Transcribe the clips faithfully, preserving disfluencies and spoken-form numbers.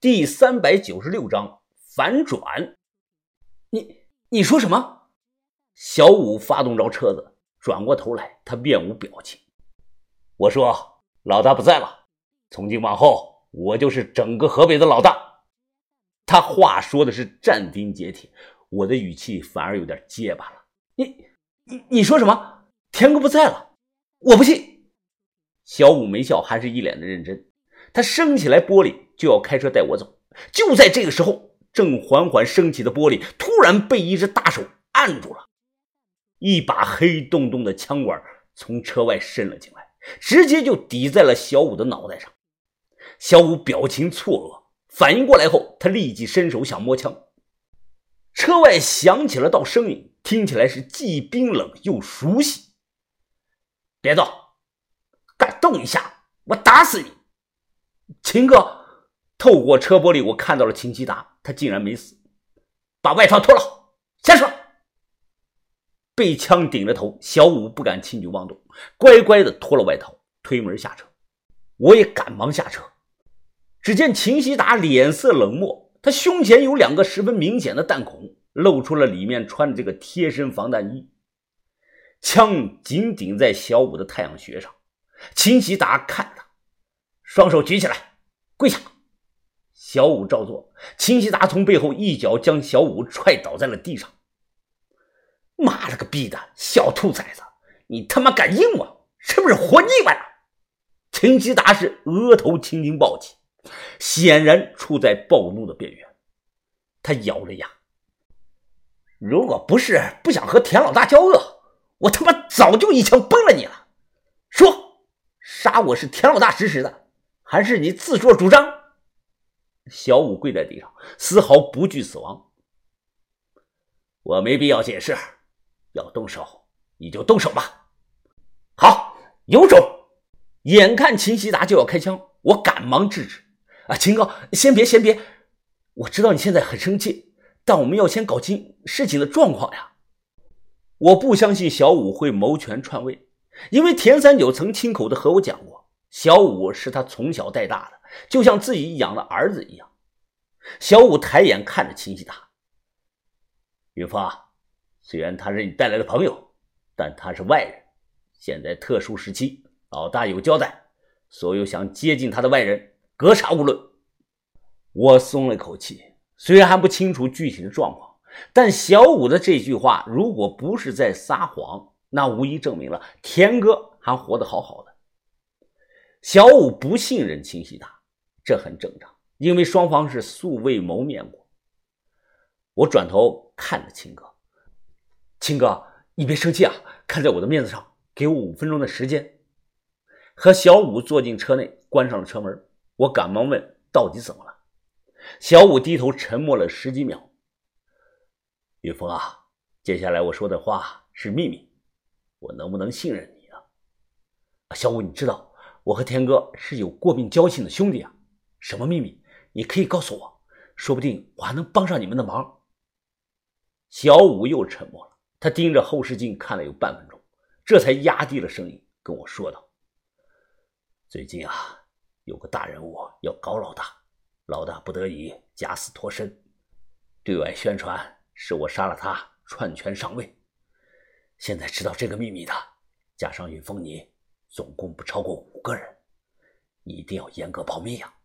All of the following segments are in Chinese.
第三百九十六章反转。 你你说什么？ 小五发动着车子，转过头来，他面无表情。我说，老大不在了，从今往后我就是整个河北的老大。他话说的是斩钉截铁，我的语气反而有点结巴了。 你你你说什么？田哥不在了，我不信。 小五没笑，还是一脸的认真。他升起来玻璃就要开车带我走，就在这个时候，正缓缓升起的玻璃突然被一只大手按住了，一把黑洞洞的枪管从车外伸了进来，直接就抵在了小五的脑袋上。小五表情错愕，反应过来后，他立即伸手想摸枪。车外响起了道声音，听起来是既冰冷又熟悉。别动，敢动一下我打死你。 秦哥， 透过车玻璃我看到了秦希达，他竟然没死。把外套脱了，下车。被枪顶着头，小五不敢轻举妄动，乖乖的脱了外套，推门下车。我也赶忙下车。只见秦希达脸色冷漠，他胸前有两个十分明显的弹孔，露出了里面穿的这个贴身防弹衣。枪紧顶在小五的太阳穴上。秦希达看他，双手举起来，跪下。小五照做，秦希达从背后一脚将小五踹倒在了地上。妈了个逼的，小兔崽子，你他妈敢硬我，是不是活腻歪了？秦希达是额头青筋暴起，显然处在暴怒的边缘。他咬着牙，如果不是不想和田老大交恶，我他妈早就一枪崩了你了。说，杀我是田老大指使的，还是你自作主张？小五跪在地上，丝毫不惧死亡。我没必要解释，要动手你就动手吧。好，有种！眼看秦希达就要开枪，我赶忙制止。 啊，秦哥，先别先别，我知道你现在很生气，但我们要先搞清事情的状况呀。 我不相信小五会谋权篡位，因为田三九曾亲口的和我讲过，小五是他从小带大的，就像自己养的儿子一样。小五抬眼看着秦希达，云峰，虽然他是你带来的朋友，但他是外人，现在特殊时期，老大有交代，所有想接近他的外人格杀勿论。我松了口气，虽然还不清楚具体的状况，但小五的这句话如果不是在撒谎，那无疑证明了田哥还活得好好的。小五不信任秦希达，这很正常，因为双方是素未谋面过。我转头看着秦哥， 秦哥，你别生气啊，看在我的面子上，给我五分钟的时间。 和小五坐进车内，关上了车门。我赶忙问到底怎么了。小五低头沉默了十几秒。云峰啊，接下来我说的话是秘密，我能不能信任你啊？ 小五，你知道我和田哥是有过命交情的兄弟啊，什么秘密你可以告诉我，说不定我还能帮上你们的忙。 小五又沉默了，他盯着后视镜看了有半分钟，这才压低了声音跟我说道，最近啊，有个大人物要搞老大，老大不得已假死脱身，对外宣传是我杀了他篡权上位。现在知道这个秘密的，加上云峰你，总共不超过五个人，你一定要严格保密呀。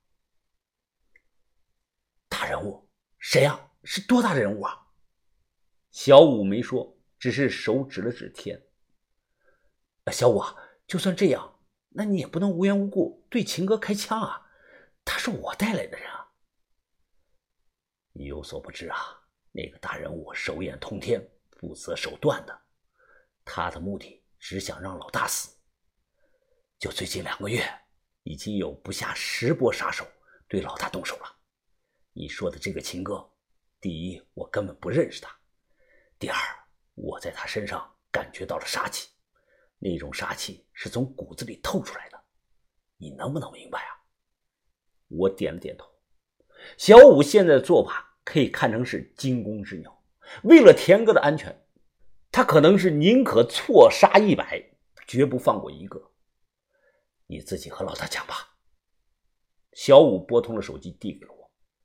大人物？谁啊？是多大的人物啊？ 小五没说，只是手指了指天。 小五啊，就算这样，那你也不能无缘无故对秦哥开枪啊，他是我带来的人啊。 你有所不知啊，那个大人物手眼通天，不择手段的，他的目的只想让老大死。就最近两个月，已经有不下十波杀手对老大动手了。你说的这个秦哥，第一，我根本不认识他，第二，我在他身上感觉到了杀气，那种杀气是从骨子里透出来的，你能不能明白啊？我点了点头。小五现在的做法可以看成是惊弓之鸟，为了田哥的安全，他可能是宁可错杀一百，绝不放过一个。你自己和老大讲吧。小五拨通了手机递给了我，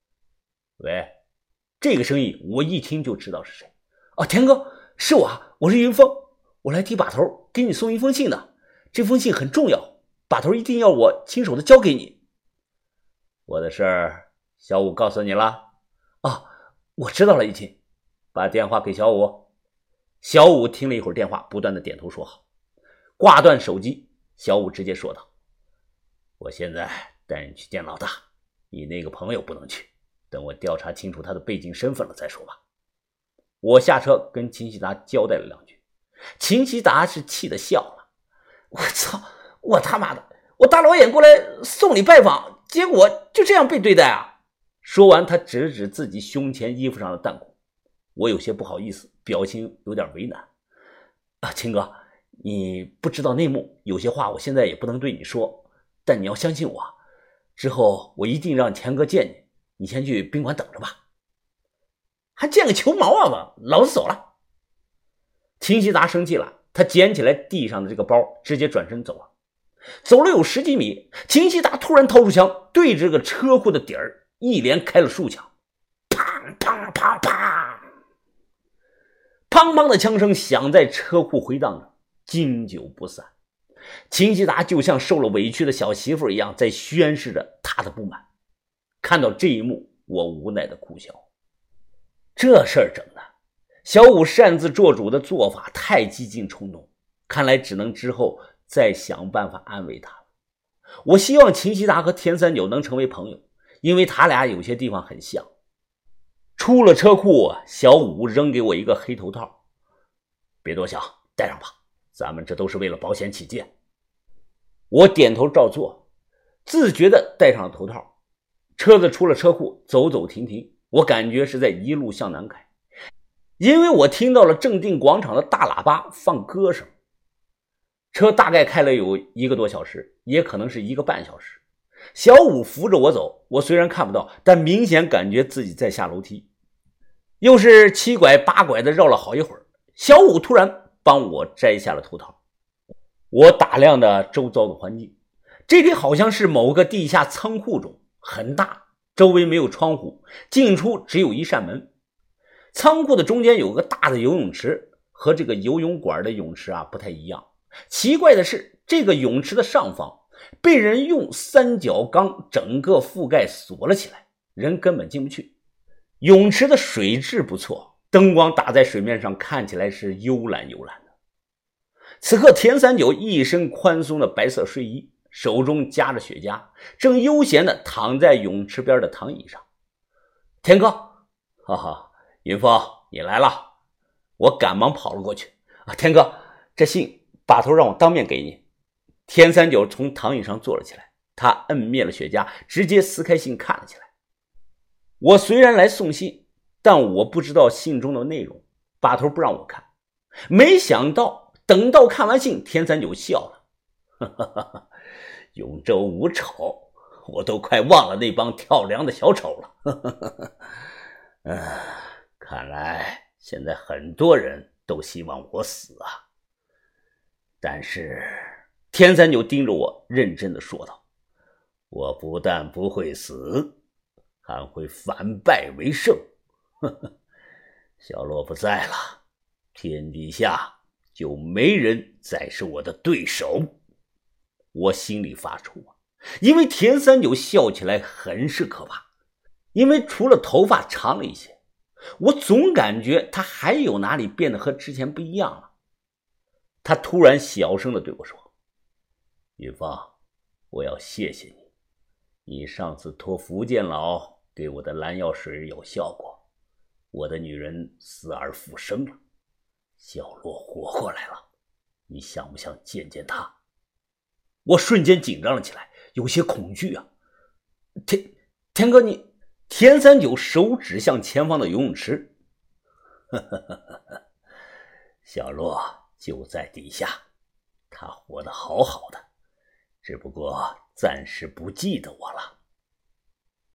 喂，这个声音我一听就知道是谁。哦，田哥，是我啊，我是云峰，我来替把头给你送一封信的，这封信很重要，把头一定要我亲手的交给你。 我的事儿小五告诉你了？ 啊，我知道了已经。 把电话给小五。 小五听了一会儿电话，不断的点头说好。挂断手机，小五直接说道： 我现在带你去见老大，你那个朋友不能去，等我调查清楚他的背景身份了再说吧。 我下车跟秦希达交代了两句，秦希达是气得笑了。我操，我他妈的，我大老远过来送你拜访，结果就这样被对待啊！说完，他指了指自己胸前衣服上的弹孔。我有些不好意思，表情有点为难。啊，秦哥，你不知道内幕，有些话我现在也不能对你说，但你要相信我，之后我一定让田哥见你，你先去宾馆等着吧。还见个球毛啊吧，老子走了。秦希达生气了，他捡起来地上的这个包，直接转身走了。走了有十几米，秦希达突然掏出枪，对着这个车库的底儿一连开了数枪，砰砰砰砰，砰砰的枪声响在车库回荡着，经久不散。秦希达就像受了委屈的小媳妇一样，在宣示着他的不满。看到这一幕，我无奈的苦笑。这事儿整的，小五擅自做主的做法太激进冲动，看来只能之后再想办法安慰他了。我希望秦希达和田三九能成为朋友，因为他俩有些地方很像。出了车库，小五扔给我一个黑头套，别多想，戴上吧，咱们这都是为了保险起见。我点头照做，自觉地戴上了头套。车子出了车库，走走停停，我感觉是在一路向南开，因为我听到了正定广场的大喇叭放歌声。车大概开了有一个多小时，也可能是一个半小时。小五扶着我走，我虽然看不到，但明显感觉自己在下楼梯。又是七拐八拐的绕了好一会儿，小五突然帮我摘下了头套。我打量着周遭的环境，这里好像是某个地下仓库中，很大，周围没有窗户，进出只有一扇门。仓库的中间有个大的游泳池，和这个游泳馆的泳池啊不太一样。奇怪的是，这个泳池的上方被人用三角钢整个覆盖锁了起来，人根本进不去。泳池的水质不错，灯光打在水面上，看起来是幽蓝幽蓝的。此刻田三九一身宽松的白色睡衣，手中夹着雪茄，正悠闲地躺在泳池边的躺椅上。田哥，哈哈，云峰，你来了。我赶忙跑了过去。啊，田哥，这信把头让我当面给你。田三九从躺椅上坐了起来，他摁灭了雪茄，直接撕开信看了起来。我虽然来送信，但我不知道信中的内容，把头不让我看。没想到等到看完信，田三九笑了，哈哈哈哈，永州无丑，我都快忘了那帮跳梁的小丑了。哈哈哈哈，嗯，看来现在很多人都希望我死啊。但是田三九盯着我认真地说道，我不但不会死，还会反败为胜。呵呵，小洛不在了，天底下就没人再是我的对手。我心里发怵啊，因为田三九笑起来很是可怕，因为除了头发长了一些，我总感觉他还有哪里变得和之前不一样了。他突然小声地对我说，云芳，我要谢谢你，你上次托福建佬给我的蓝药水有效果，我的女人死而复生了，小洛活过来了，你想不想见见他？我瞬间紧张了起来，有些恐惧啊。田田哥，你……田三九手指向前方的游泳池，呵呵呵呵，小洛就在底下，他活得好好的，只不过暂时不记得我了。